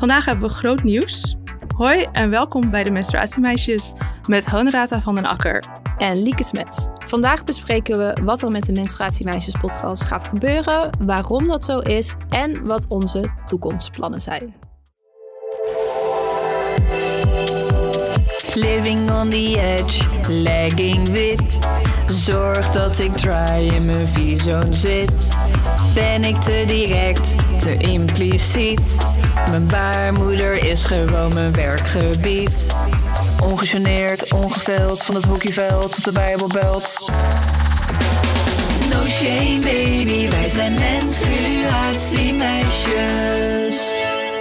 Vandaag hebben we groot nieuws. Hoi en welkom bij de Menstruatiemeisjes met Honorata van den Akker. En Lieke Smets. Vandaag bespreken we wat er met de Menstruatiemeisjes podcast gaat gebeuren, waarom dat zo is en wat onze toekomstplannen zijn. Living on the edge, lagging wit. Zorg dat ik dry in mijn V-zone zit. Ben ik te direct, te impliciet? Mijn baarmoeder is gewoon mijn werkgebied. Ongegeneerd, ongesteld, van het hockeyveld tot de bijbelbelt. No shame baby, wij zijn menstruatiemeisjes.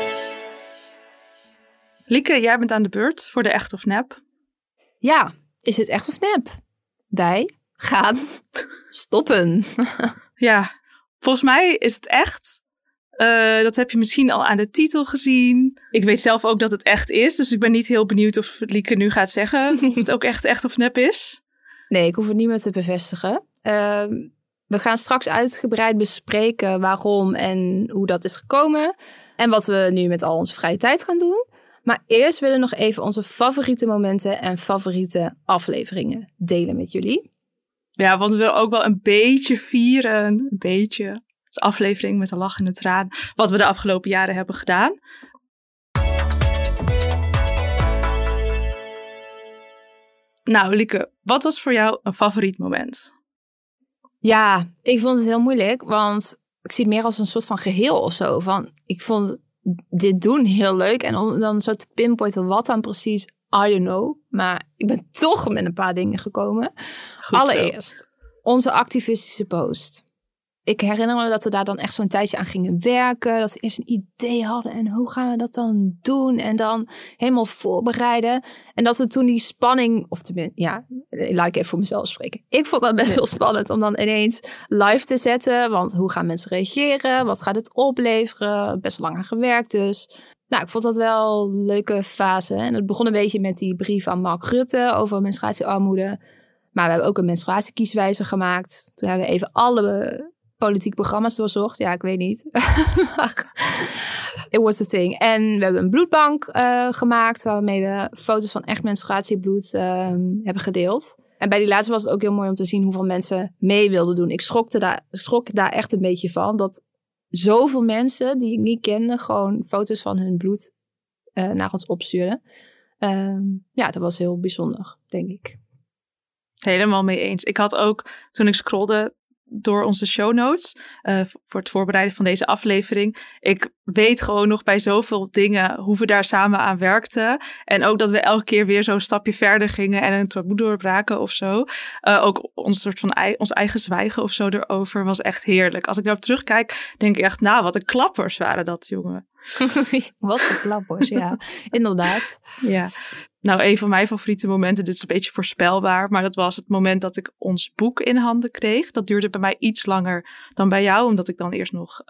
Lieke, jij bent aan de beurt voor de echt of nep. Ja, is het echt of nep? Wij gaan stoppen. Ja, volgens mij is het echt. Dat heb je misschien al aan de titel gezien. Ik weet zelf ook dat het echt is. Dus ik ben niet heel benieuwd of Lieke nu gaat zeggen of het ook echt of nep is. Nee, ik hoef het niet meer te bevestigen. We gaan straks uitgebreid bespreken waarom en hoe dat is gekomen. En wat we nu met al onze vrije tijd gaan doen. Maar eerst willen we nog even onze favoriete momenten en favoriete afleveringen delen met jullie. Ja, want we willen ook wel een beetje vieren. Een beetje. Dus aflevering met een lach en een traan. Wat we de afgelopen jaren hebben gedaan. Nou, Lieke, wat was voor jou een favoriet moment? Ja, ik vond het heel moeilijk. Want ik zie het meer als een soort van geheel of zo. Ik vond dit doen heel leuk. En om dan zo te pinpointen wat dan precies, I don't know. Maar ik ben toch met een paar dingen gekomen. Goed Allereerst, zo. Onze activistische post. Ik herinner me dat we daar dan echt zo'n tijdje aan gingen werken. Dat we eerst een idee hadden. En hoe gaan we dat dan doen? En dan helemaal voorbereiden. En dat we toen die spanning, of tenminste, ja, laat ik even voor mezelf spreken. Ik vond dat best wel spannend om dan ineens live te zetten. Want hoe gaan mensen reageren? Wat gaat het opleveren? Best wel lang aan gewerkt dus. Nou, ik vond dat wel een leuke fase. En het begon een beetje met die brief aan Mark Rutte over menstruatiearmoede. Maar we hebben ook een menstruatiekieswijzer gemaakt. Toen hebben we even alle politieke programma's doorzocht. Ja, ik weet niet. It was a thing. En we hebben een bloedbank gemaakt, waarmee we foto's van echt menstruatiebloed hebben gedeeld. En bij die laatste was het ook heel mooi om te zien hoeveel mensen mee wilden doen. Ik schrok daar echt een beetje van. Dat zoveel mensen die ik niet kende gewoon foto's van hun bloed naar ons opstuurden. Ja, dat was heel bijzonder, denk ik. Helemaal mee eens. Ik had ook, toen ik scrollde door onze show notes, voor het voorbereiden van deze aflevering, ik weet gewoon nog bij zoveel dingen hoe we daar samen aan werkten. En ook dat we elke keer weer zo'n stapje verder gingen en een taboe doorbraken of zo. Ook ons soort van ons eigen zwijgen of zo erover was echt heerlijk. Als ik daarop terugkijk, denk ik echt, nou, wat een klappers waren dat, jongen. Wat een klappers, ja. Inderdaad. Ja. Nou, een van mijn favoriete momenten, dit is een beetje voorspelbaar, maar dat was het moment dat ik ons boek in handen kreeg. Dat duurde bij mij iets langer dan bij jou, omdat ik dan eerst nog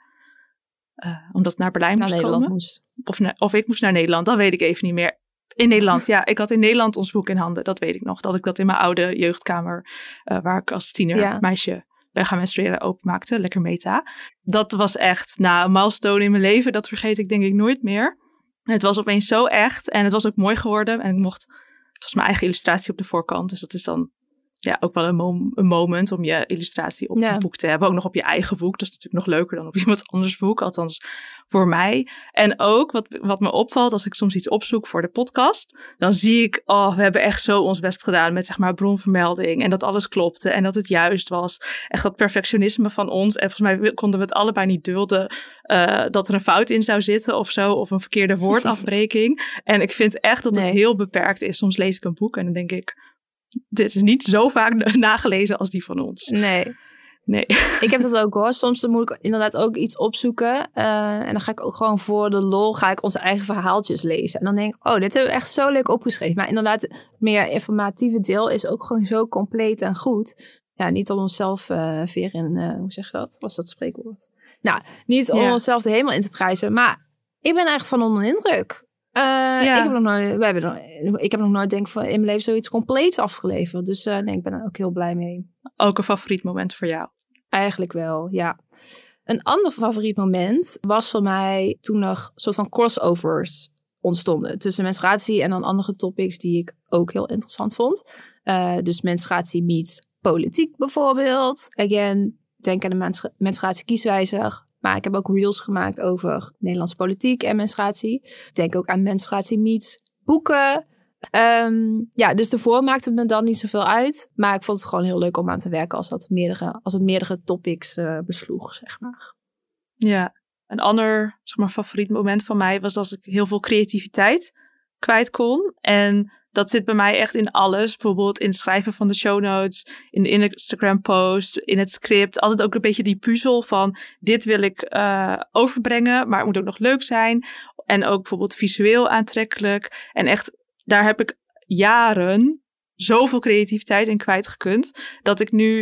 omdat het naar Berlijn moest komen. Of ik moest naar Nederland, dat weet ik even niet meer. In Nederland, ja. Ik had in Nederland ons boek in handen, dat weet ik nog. Dat ik dat in mijn oude jeugdkamer, waar ik als meisje ben gaan menstrueren, openmaakte. Lekker meta. Dat was echt een milestone in mijn leven. Dat vergeet ik denk ik nooit meer. Het was opeens zo echt en het was ook mooi geworden. En het was mijn eigen illustratie op de voorkant. Dus dat is dan ook wel een moment om je illustratie op een boek te hebben. Ook nog op je eigen boek. Dat is natuurlijk nog leuker dan op iemand anders boek. Althans voor mij. En ook wat me opvalt als ik soms iets opzoek voor de podcast. Dan zie ik, we hebben echt zo ons best gedaan met zeg maar bronvermelding. En dat alles klopte en dat het juist was. Echt dat perfectionisme van ons. En volgens mij konden we het allebei niet dulden dat er een fout in zou zitten of zo. Of een verkeerde woordafbreking. En ik vind echt dat het heel beperkt is. Soms lees ik een boek en dan denk ik, dit is niet zo vaak nagelezen als die van ons. Nee. Ik heb dat ook hoor. Soms dan moet ik inderdaad ook iets opzoeken. En dan ga ik ook gewoon voor de lol onze eigen verhaaltjes lezen. En dan denk ik, dit hebben we echt zo leuk opgeschreven. Maar inderdaad, het meer informatieve deel is ook gewoon zo compleet en goed. Ja, niet om onszelf weer in, hoe zeg je dat? Was dat spreekwoord? Nou, niet om onszelf de hemel in te prijzen. Maar ik ben echt van onder de indruk. Ik heb nog nooit denk van in mijn leven zoiets compleets afgeleverd. Dus ik ben er ook heel blij mee. Ook een favoriet moment voor jou? Eigenlijk wel, ja. Een ander favoriet moment was voor mij toen er een soort van crossovers ontstonden tussen menstruatie en dan andere topics die ik ook heel interessant vond. Dus menstruatie meets politiek bijvoorbeeld. Again, denk aan de menstruatiekieswijzer. Maar ik heb ook reels gemaakt over Nederlandse politiek en menstruatie. Denk ook aan menstruatie meets boeken. Dus de vorm maakte me dan niet zoveel uit. Maar ik vond het gewoon heel leuk om aan te werken als het meerdere topics besloeg, zeg maar. Ja, een ander favoriet moment van mij was dat ik heel veel creativiteit kwijt kon. En dat zit bij mij echt in alles. Bijvoorbeeld in het schrijven van de show notes, in de Instagram post, in het script. Altijd ook een beetje die puzzel van dit wil ik overbrengen, maar het moet ook nog leuk zijn. En ook bijvoorbeeld visueel aantrekkelijk. En echt, daar heb ik jaren zoveel creativiteit in kwijtgekund. Dat ik nu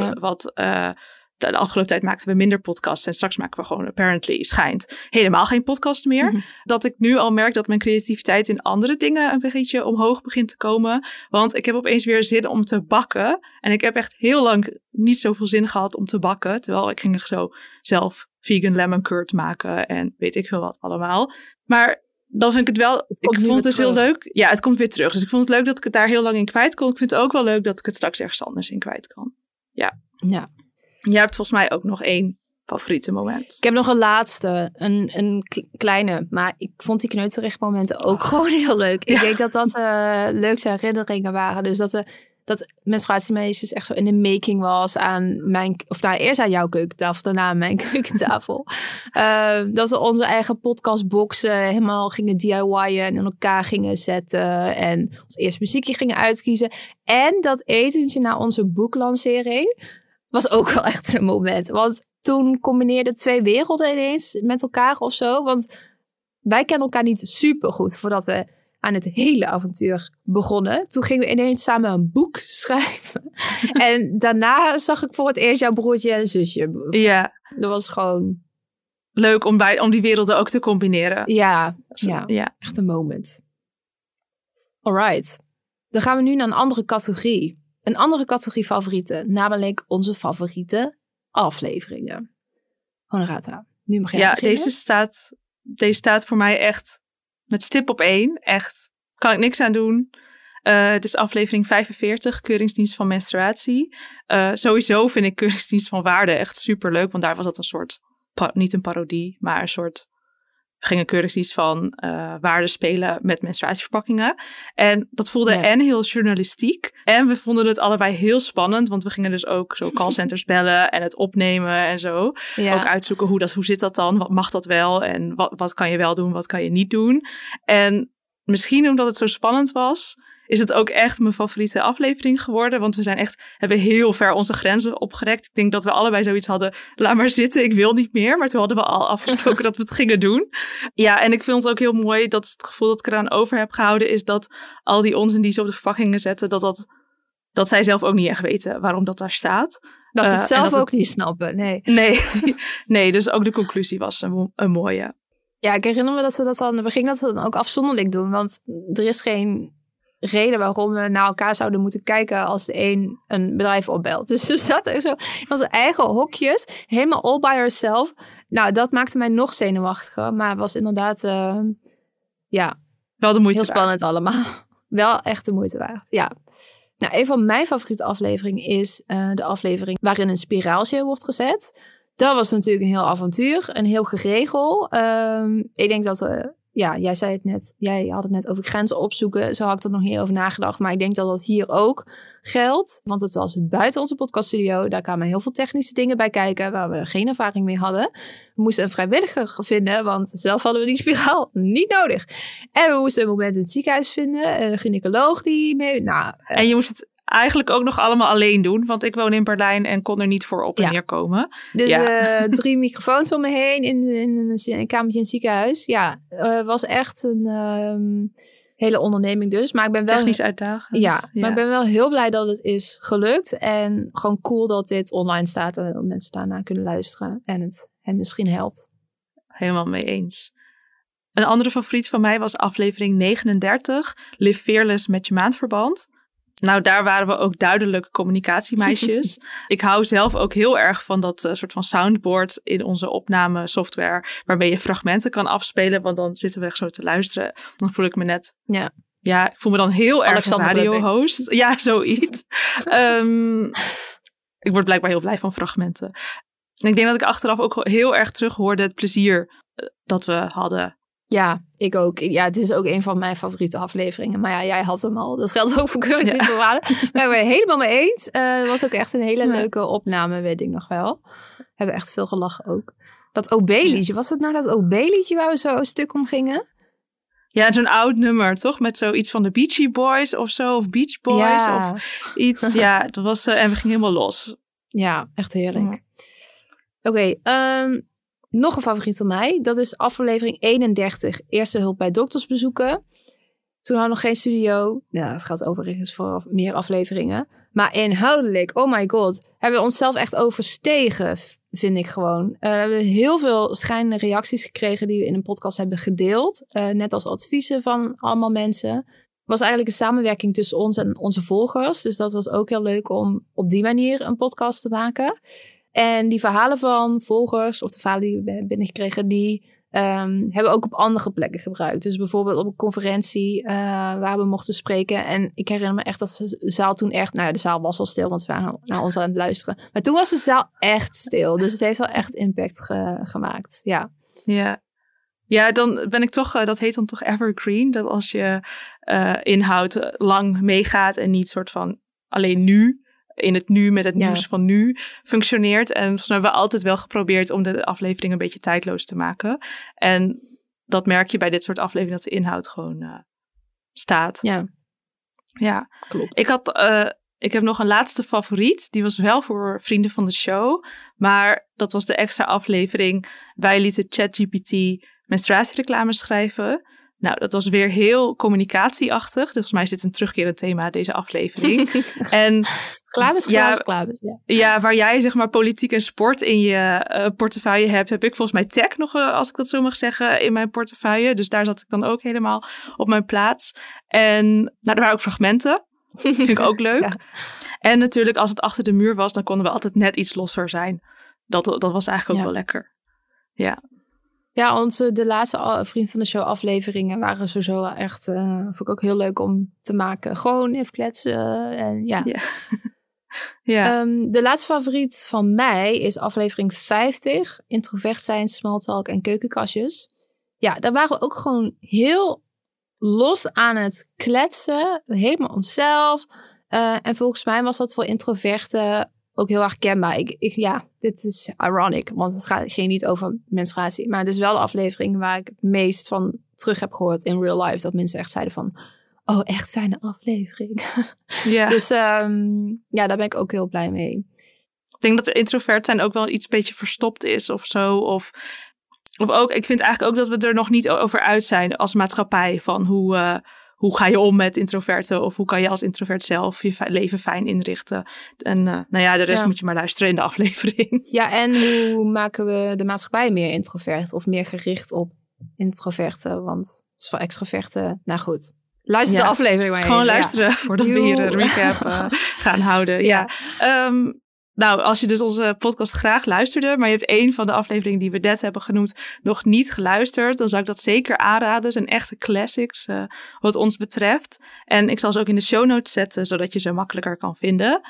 we de afgelopen tijd maakten we minder podcasts. En straks maken we gewoon apparently schijnt helemaal geen podcast meer. Mm-hmm. Dat ik nu al merk dat mijn creativiteit in andere dingen een beetje omhoog begint te komen. Want ik heb opeens weer zin om te bakken. En ik heb echt heel lang niet zoveel zin gehad om te bakken. Terwijl ik ging zo zelf vegan lemon curd maken. En weet ik veel wat allemaal. Maar dan vind ik het wel. Ik vond het dus heel leuk. Ja, het komt weer terug. Dus ik vond het leuk dat ik het daar heel lang in kwijt kon. Ik vind het ook wel leuk dat ik het straks ergens anders in kwijt kan. Ja. Jij hebt volgens mij ook nog 1 favoriete moment. Ik heb nog een laatste. Een kleine. Maar ik vond die kneuterrechtmomenten ook gewoon heel leuk. Ja. Ik denk dat dat leukste herinneringen waren. Dus dat menstruatiemeisjes echt zo in de making was aan eerst aan jouw keukentafel, daarna aan mijn keukentafel. Dat we onze eigen podcastboxen helemaal gingen DIY'en en in elkaar gingen zetten en ons eerst muziekje gingen uitkiezen. En dat etentje na onze boeklancering was ook wel echt een moment. Want toen combineerden 2 werelden ineens met elkaar of zo. Want wij kennen elkaar niet super goed voordat we aan het hele avontuur begonnen. Toen gingen we ineens samen een boek schrijven. En daarna zag ik voor het eerst jouw broertje en zusje. Ja. Dat was gewoon leuk om die werelden ook te combineren. Ja, echt een moment. Alright. Dan gaan we nu naar een andere categorie. Een andere categorie favorieten. Namelijk onze favoriete afleveringen. Honorata, nu mag jij beginnen. Deze staat voor mij echt met stip op 1. Echt, kan ik niks aan doen. Het is aflevering 45, Keuringsdienst van Menstruatie. Sowieso vind ik Keuringsdienst van Waarde echt superleuk. Want daar was het een soort, niet een parodie, maar een soort. We gingen Keuringsdienst van Waarde spelen met menstruatieverpakkingen. En dat voelde en heel journalistiek. En we vonden het allebei heel spannend. Want we gingen dus ook zo callcenters bellen en het opnemen en zo. Ja. Ook uitzoeken hoe zit dat dan? Wat mag dat wel? En wat kan je wel doen? Wat kan je niet doen? En misschien omdat het zo spannend was, is het ook echt mijn favoriete aflevering geworden. Want we hebben heel ver onze grenzen opgerekt. Ik denk dat we allebei zoiets hadden. Laat maar zitten, ik wil niet meer. Maar toen hadden we al afgesproken dat we het gingen doen. Ja, en ik vind het ook heel mooi dat het gevoel dat ik eraan over heb gehouden is dat al die onzin die ze op de verpakkingen zetten, dat zij zelf ook niet echt weten waarom dat daar staat. Dat ze het zelf ook niet snappen, nee. Nee, dus ook de conclusie was een mooie. Ja, ik herinner me dat we gingen dat dan ook afzonderlijk doen. Want er is geen reden waarom we naar elkaar zouden moeten kijken als de een bedrijf opbelt. Dus we zaten zo in onze eigen hokjes, helemaal all by ourselves. Nou, dat maakte mij nog zenuwachtiger, maar het was inderdaad, wel de moeite heel spannend allemaal. Wel echt de moeite waard, ja. Nou, een van mijn favoriete afleveringen is de aflevering waarin een spiraaltje wordt gezet. Dat was natuurlijk een heel avontuur, een heel geregel. Ik denk dat jij zei het net. Jij had het net over grenzen opzoeken. Zo had ik er nog niet over nagedacht. Maar ik denk dat dat hier ook geldt. Want het was buiten onze podcaststudio. Daar kwamen heel veel technische dingen bij kijken waar we geen ervaring mee hadden. We moesten een vrijwilliger vinden. Want zelf hadden we die spiraal niet nodig. En we moesten een moment in het ziekenhuis vinden. Een gynaecoloog die mee. En je moest het eigenlijk ook nog allemaal alleen doen. Want ik woon in Berlijn en kon er niet voor op en neer komen. Dus 3 microfoons om me heen in een kamertje in het ziekenhuis. Ja, was echt een hele onderneming dus. Maar ik ben wel technisch uitdagend. Ja, maar ik ben wel heel blij dat het is gelukt. En gewoon cool dat dit online staat en dat mensen daarna kunnen luisteren. En het hen misschien helpt. Helemaal mee eens. Een andere favoriet van mij was aflevering 39. Live Fearless met je maandverband. Nou, daar waren we ook duidelijk communicatiemeisjes. Ik hou zelf ook heel erg van dat soort van soundboard in onze opnamesoftware, waarmee je fragmenten kan afspelen, want dan zitten we echt zo te luisteren. Dan voel ik me net... Ja, ik voel me dan heel erg een radiohost. Ja, zoiets. Ik word blijkbaar heel blij van fragmenten. En ik denk dat ik achteraf ook heel erg terughoorde het plezier dat we hadden. Ja, ik ook. Ja, het is ook een van mijn favoriete afleveringen. Maar ja, jij had hem al. Dat geldt ook voor Keuringsdienstvoorwaarden. Daar zijn we het helemaal mee eens. Het was ook echt een hele leuke opname, weet ik nog wel. We hebben echt veel gelachen ook. Dat OB-liedje, was het nou dat OB-liedje waar we zo een stuk om gingen? Ja, zo'n oud nummer, toch? Met zoiets van de Beachy Boys of zo. Of Beach Boys of iets. Ja, dat was... en we gingen helemaal los. Ja, echt heerlijk. Oké, nog een favoriet van mij. Dat is aflevering 31. Eerste hulp bij doktersbezoeken. Toen hadden we nog geen studio. Nou, dat gaat overigens voor meer afleveringen. Maar inhoudelijk, oh my god, hebben we onszelf echt overstegen, vind ik gewoon. We hebben heel veel schijnende reacties gekregen die we in een podcast hebben gedeeld. Net als adviezen van allemaal mensen. Het was eigenlijk een samenwerking tussen ons en onze volgers. Dus dat was ook heel leuk om op die manier een podcast te maken. En die verhalen van volgers, of de verhalen die we binnengekregen, die hebben we ook op andere plekken gebruikt. Dus bijvoorbeeld op een conferentie waar we mochten spreken. En ik herinner me echt dat de zaal toen echt... Nou ja, de zaal was al stil, want we waren naar ons aan het luisteren. Maar toen was de zaal echt stil. Dus het heeft wel echt impact gemaakt. Ja. Ja, dan ben ik toch... dat heet dan toch evergreen. Dat als je inhoud lang meegaat en niet soort van alleen nu... in het nu met het nieuws van nu functioneert. En volgens mij hebben we altijd wel geprobeerd om de aflevering een beetje tijdloos te maken. En dat merk je bij dit soort afleveringen, dat de inhoud gewoon staat. Ja, klopt. Ik heb nog een laatste favoriet. Die was wel voor vrienden van de show. Maar dat was de extra aflevering. Wij lieten ChatGPT menstruatiereclame schrijven. Nou, dat was weer heel communicatieachtig. Dus volgens mij is dit een terugkerend thema, deze aflevering. En Klames. Ja, waar jij zeg maar politiek en sport in je portefeuille hebt, heb ik volgens mij tech nog, als ik dat zo mag zeggen, in mijn portefeuille. Dus daar zat ik dan ook helemaal op mijn plaats. En nou, er waren ook fragmenten. Vind ik ook leuk. Ja. En natuurlijk, als het achter de muur was, dan konden we altijd net iets losser zijn. Dat was eigenlijk ook wel lekker. Ja. Ja, de laatste Vriend van de Show afleveringen waren sowieso echt, vond ik ook heel leuk om te maken. Gewoon even kletsen en ja. De laatste favoriet van mij is aflevering 50. Introvert zijn, smalltalk en keukenkastjes. Ja, daar waren we ook gewoon heel los aan het kletsen. Helemaal onszelf. En volgens mij was dat voor introverten ook heel erg kenbaar. Dit is ironic, want het ging niet over menstruatie. Maar het is wel de aflevering waar ik het meest van terug heb gehoord in real life. Dat mensen echt zeiden van, oh, echt fijne aflevering. Ja. Dus daar ben ik ook heel blij mee. Ik denk dat de introvert zijn ook wel iets beetje verstopt is of zo. Of ook, ik vind eigenlijk ook dat we er nog niet over uit zijn als maatschappij. Van hoe ga je om met introverten? Of hoe kan je als introvert zelf je leven fijn inrichten? En de rest moet je maar luisteren in de aflevering. Ja, en hoe maken we de maatschappij meer introvert? Of meer gericht op introverten? Want het is voor extroverten. Nou goed, luister de aflevering maar gewoon luisteren voordat we hier een recap gaan houden. Ja. Nou, als je dus onze podcast graag luisterde, maar je hebt één van de afleveringen die we net hebben genoemd nog niet geluisterd, dan zou ik dat zeker aanraden. Het zijn echte classics wat ons betreft. En ik zal ze ook in de show notes zetten, zodat je ze makkelijker kan vinden.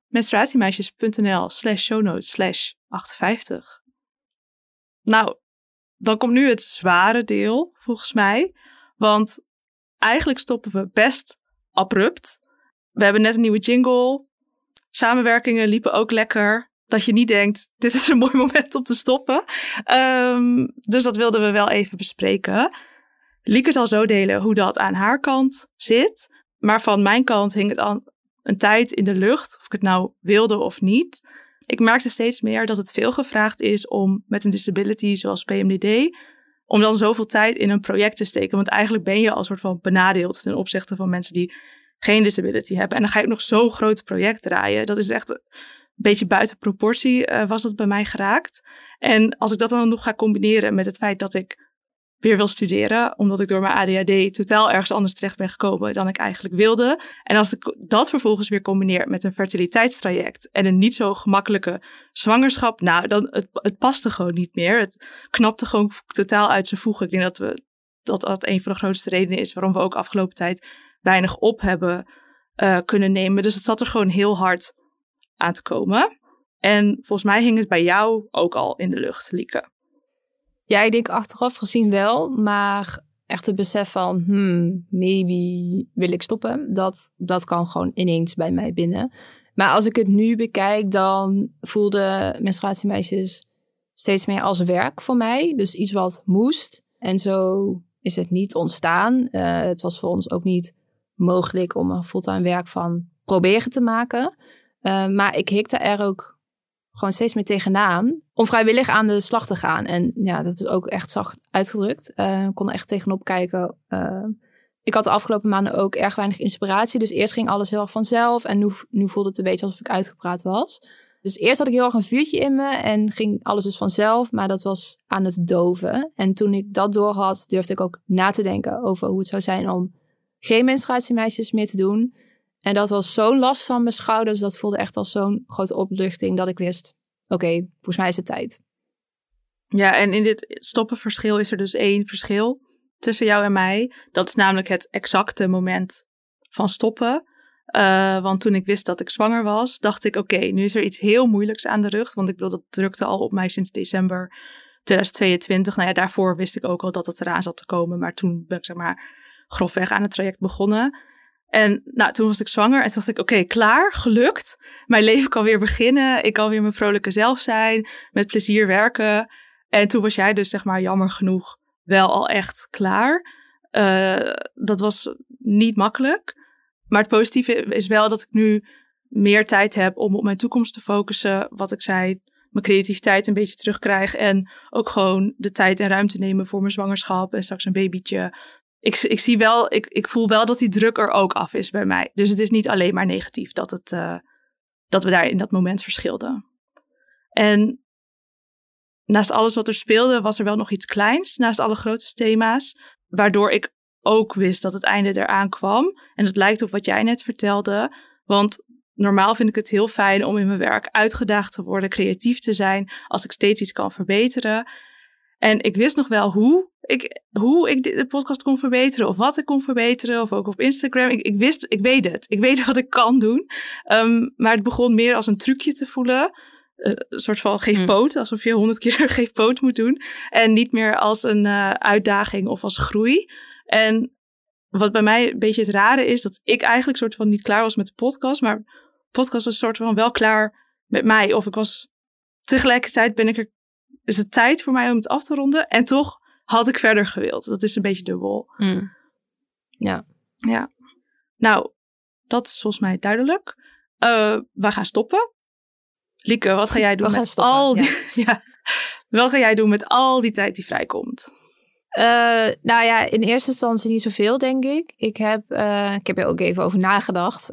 menstruatiemeisjes.nl/shownotes/58. Nou, dan komt nu het zware deel, volgens mij. Want eigenlijk stoppen we best abrupt. We hebben net een nieuwe jingle. Samenwerkingen liepen ook lekker. Dat je niet denkt, dit is een mooi moment om te stoppen. Dus dat wilden we wel even bespreken. Lieke zal zo delen hoe dat aan haar kant zit. Maar van mijn kant hing het al een tijd in de lucht. Of ik het nou wilde of niet. Ik merkte steeds meer dat het veel gevraagd is om met een disability zoals PMDD... om dan zoveel tijd in een project te steken. Want eigenlijk ben je al soort van benadeeld ten opzichte van mensen die geen disability hebben. En dan ga je ook nog zo'n groot project draaien. Dat is echt een beetje buiten proportie was dat bij mij geraakt. En als ik dat dan nog ga combineren met het feit dat ik weer wil studeren. Omdat ik door mijn ADHD totaal ergens anders terecht ben gekomen dan ik eigenlijk wilde. En als ik dat vervolgens weer combineer met een fertiliteitstraject en een niet zo gemakkelijke zwangerschap, nou, dan het paste gewoon niet meer. Het knapte gewoon totaal uit zijn voegen. Ik denk dat een van de grootste redenen is waarom we ook afgelopen tijd weinig op hebben kunnen nemen. Dus het zat er gewoon heel hard aan te komen. En volgens mij hing het bij jou ook al in de lucht, Lieke. Ja, ik denk achteraf gezien wel, maar echt het besef van, maybe wil ik stoppen, dat kan gewoon ineens bij mij binnen. Maar als ik het nu bekijk, dan voelden menstruatiemeisjes steeds meer als werk voor mij. Dus iets wat moest. En zo is het niet ontstaan. Het was voor ons ook niet mogelijk om een fulltime werk van proberen te maken. Maar ik hikte er ook gewoon steeds meer tegenaan om vrijwillig aan de slag te gaan. En ja, dat is ook echt zacht uitgedrukt. Ik kon er echt tegenop kijken. Ik had de afgelopen maanden ook erg weinig inspiratie. Dus eerst ging alles heel erg vanzelf. En nu voelde het een beetje alsof ik uitgepraat was. Dus eerst had ik heel erg een vuurtje in me en ging alles dus vanzelf. Maar dat was aan het doven. En toen ik dat door had, durfde ik ook na te denken over hoe het zou zijn om geen menstruatiemeisjes meer te doen. En dat was zo'n last van mijn schouders. Dat voelde echt als zo'n grote opluchting dat ik wist, oké, volgens mij is het tijd. Ja, en in dit stoppenverschil is er dus 1 verschil tussen jou en mij. Dat is namelijk het exacte moment van stoppen. Want toen ik wist dat ik zwanger was, dacht ik, oké, nu is er iets heel moeilijks aan de rug. Want ik bedoel, dat drukte al op mij sinds december 2022. Nou ja, daarvoor wist ik ook al dat het eraan zat te komen. Maar toen ben ik, zeg maar, grofweg aan het traject begonnen. En nou, toen was ik zwanger en toen dacht ik, oké, klaar, gelukt. Mijn leven kan weer beginnen. Ik kan weer mijn vrolijke zelf zijn, met plezier werken. En toen was jij dus, zeg maar, jammer genoeg wel al echt klaar. Dat was niet makkelijk. Maar het positieve is wel dat ik nu meer tijd heb om op mijn toekomst te focussen. Wat ik zei, mijn creativiteit een beetje terugkrijg. En ook gewoon de tijd en ruimte nemen voor mijn zwangerschap en straks een babytje. Ik zie wel, ik voel wel dat die druk er ook af is bij mij. Dus het is niet alleen maar negatief dat we daar in dat moment verschilden. En naast alles wat er speelde, was er wel nog iets kleins. Naast alle grote thema's. Waardoor ik ook wist dat het einde eraan kwam. En dat lijkt op wat jij net vertelde. Want normaal vind ik het heel fijn om in mijn werk uitgedaagd te worden, creatief te zijn, als ik steeds iets kan verbeteren. En ik wist nog wel hoe ik de podcast kon verbeteren, of wat ik kon verbeteren, of ook op Instagram. Ik weet het. Ik weet wat ik kan doen. Maar het begon meer als een trucje te voelen. Een soort van geef poot, alsof je 100 keer geef poot moet doen. En niet meer als een uitdaging of als groei. En wat bij mij een beetje het rare is, dat ik eigenlijk soort van niet klaar was met de podcast. Maar de podcast was soort van wel klaar met mij. Of ik was tegelijkertijd is het tijd voor mij om het af te ronden. En toch had ik verder gewild. Dat is een beetje dubbel. Ja. Nou, dat is volgens mij duidelijk. We gaan stoppen. Lieke, wat ga jij doen met al die... Ja. Wat ga jij doen met al die tijd die vrijkomt? Nou ja, in eerste instantie niet zoveel, denk ik. Ik heb er ook even over nagedacht.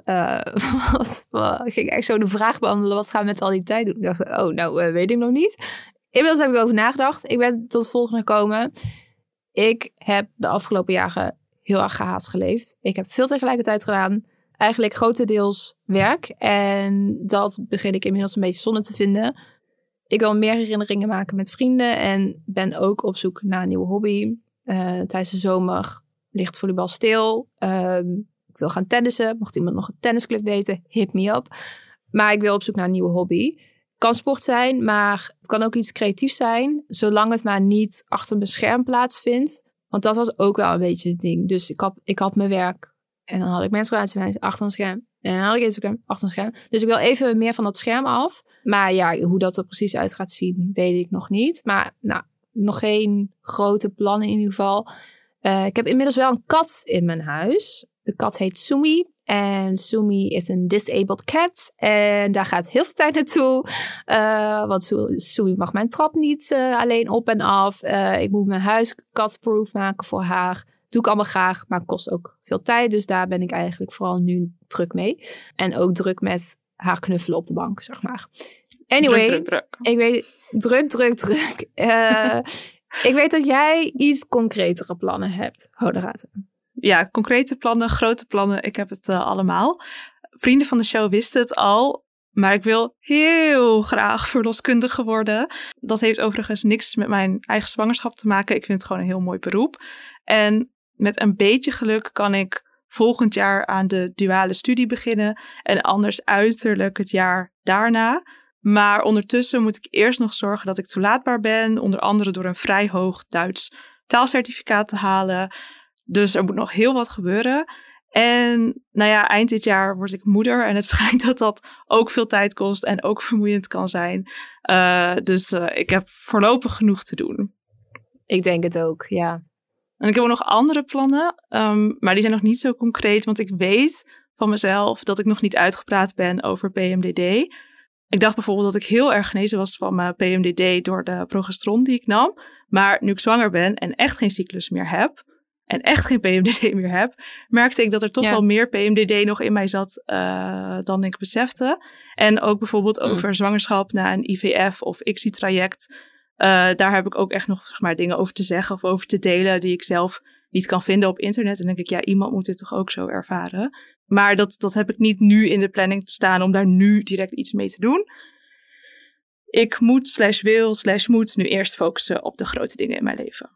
Ik ging echt zo de vraag behandelen, wat gaan we met al die tijd doen? Ik dacht, weet ik nog niet. Inmiddels heb ik erover nagedacht. Ik ben tot het volgende gekomen. Ik heb de afgelopen jaren heel erg gehaast geleefd. Ik heb veel tegelijkertijd gedaan. Eigenlijk grotendeels werk. En dat begin ik inmiddels een beetje zonde te vinden. Ik wil meer herinneringen maken met vrienden. En ben ook op zoek naar een nieuwe hobby. Tijdens de zomer ligt volleybal stil. Ik wil gaan tennissen. Mocht iemand nog een tennisclub weten, hit me up. Maar ik wil op zoek naar een nieuwe hobby. Het kan sport zijn, maar het kan ook iets creatiefs zijn. Zolang het maar niet achter mijn scherm plaatsvindt. Want dat was ook wel een beetje het ding. Dus ik had mijn werk. En dan had ik menstruatiemeisjes achter een scherm. En dan had ik Instagram achter een scherm. Dus ik wil even meer van dat scherm af. Maar ja, hoe dat er precies uit gaat zien, weet ik nog niet. Maar nou, nog geen grote plannen in ieder geval. Ik heb inmiddels wel een kat in mijn huis. De kat heet Sumi. En Sumi is een disabled cat. En daar gaat heel veel tijd naartoe. Want Sumi mag mijn trap niet alleen op en af. Ik moet mijn huis catproof maken voor haar. Doe ik allemaal graag, maar het kost ook veel tijd. Dus daar ben ik eigenlijk vooral nu druk mee. En ook druk met haar knuffelen op de bank, zeg maar. Anyway, Druk. ik weet, druk. Ik weet dat jij iets concretere plannen hebt, Honorata. Ja, concrete plannen, grote plannen. Ik heb het allemaal. Vrienden van de show wisten het al. Maar ik wil heel graag verloskundige worden. Dat heeft overigens niks met mijn eigen zwangerschap te maken. Ik vind het gewoon een heel mooi beroep. En met een beetje geluk kan ik volgend jaar aan de duale studie beginnen. En anders uiterlijk het jaar daarna. Maar ondertussen moet ik eerst nog zorgen dat ik toelaatbaar ben. Onder andere door een vrij hoog Duits taalcertificaat te halen. Dus er moet nog heel wat gebeuren. En eind dit jaar word ik moeder. En het schijnt dat dat ook veel tijd kost en ook vermoeiend kan zijn. Dus ik heb voorlopig genoeg te doen. Ik denk het ook, ja. En ik heb ook nog andere plannen. Maar die zijn nog niet zo concreet. Want ik weet van mezelf dat ik nog niet uitgepraat ben over PMDD. Ik dacht bijvoorbeeld dat ik heel erg genezen was van mijn PMDD door de progesteron die ik nam. Maar nu ik zwanger ben en echt geen cyclus meer heb en echt geen PMDD meer heb, merkte ik dat er toch wel meer PMDD nog in mij zat dan ik besefte. En ook bijvoorbeeld over zwangerschap na een IVF of ICSI-traject. Daar heb ik ook echt nog dingen over te zeggen of over te delen die ik zelf niet kan vinden op internet. En dan denk ik, iemand moet dit toch ook zo ervaren. Maar dat heb ik niet nu in de planning te staan om daar nu direct iets mee te doen. Ik moet nu eerst focussen op de grote dingen in mijn leven.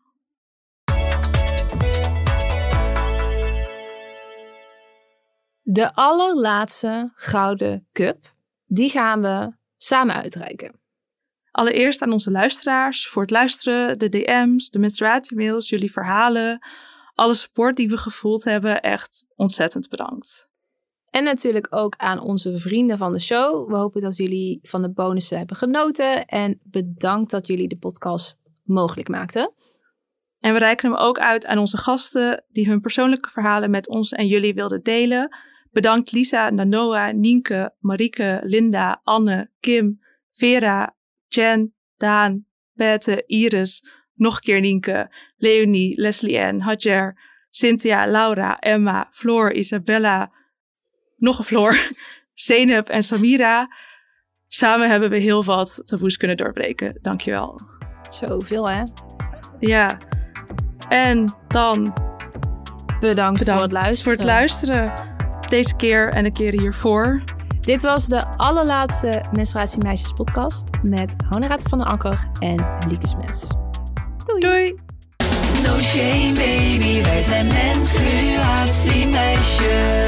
De allerlaatste Gouden Cup, die gaan we samen uitreiken. Allereerst aan onze luisteraars voor het luisteren, de DM's, de menstruatiemails, jullie verhalen. Alle support die we gevoeld hebben, echt ontzettend bedankt. En natuurlijk ook aan onze vrienden van de show. We hopen dat jullie van de bonussen hebben genoten. En bedankt dat jullie de podcast mogelijk maakten. En we reiken hem ook uit aan onze gasten die hun persoonlijke verhalen met ons en jullie wilden delen. Bedankt Lisa, Nanoa, Nienke, Marieke, Linda, Anne, Kim, Vera, Jen, Daan, Bette, Iris, nog een keer Nienke, Leonie, Leslie Ann, Hadjer, Cynthia, Laura, Emma, Floor, Isabella, nog een Floor, Zeynep en Samira. Samen hebben we heel wat taboes kunnen doorbreken. Dankjewel. Zoveel, hè? Ja. En dan Bedankt voor het luisteren. Deze keer en de keren hiervoor. Dit was de allerlaatste Menstruatiemeisjes podcast met Honorata van den Anker en Lieke Smets. Doei! Doei! No shame baby, wij zijn menstruatiemeisjes.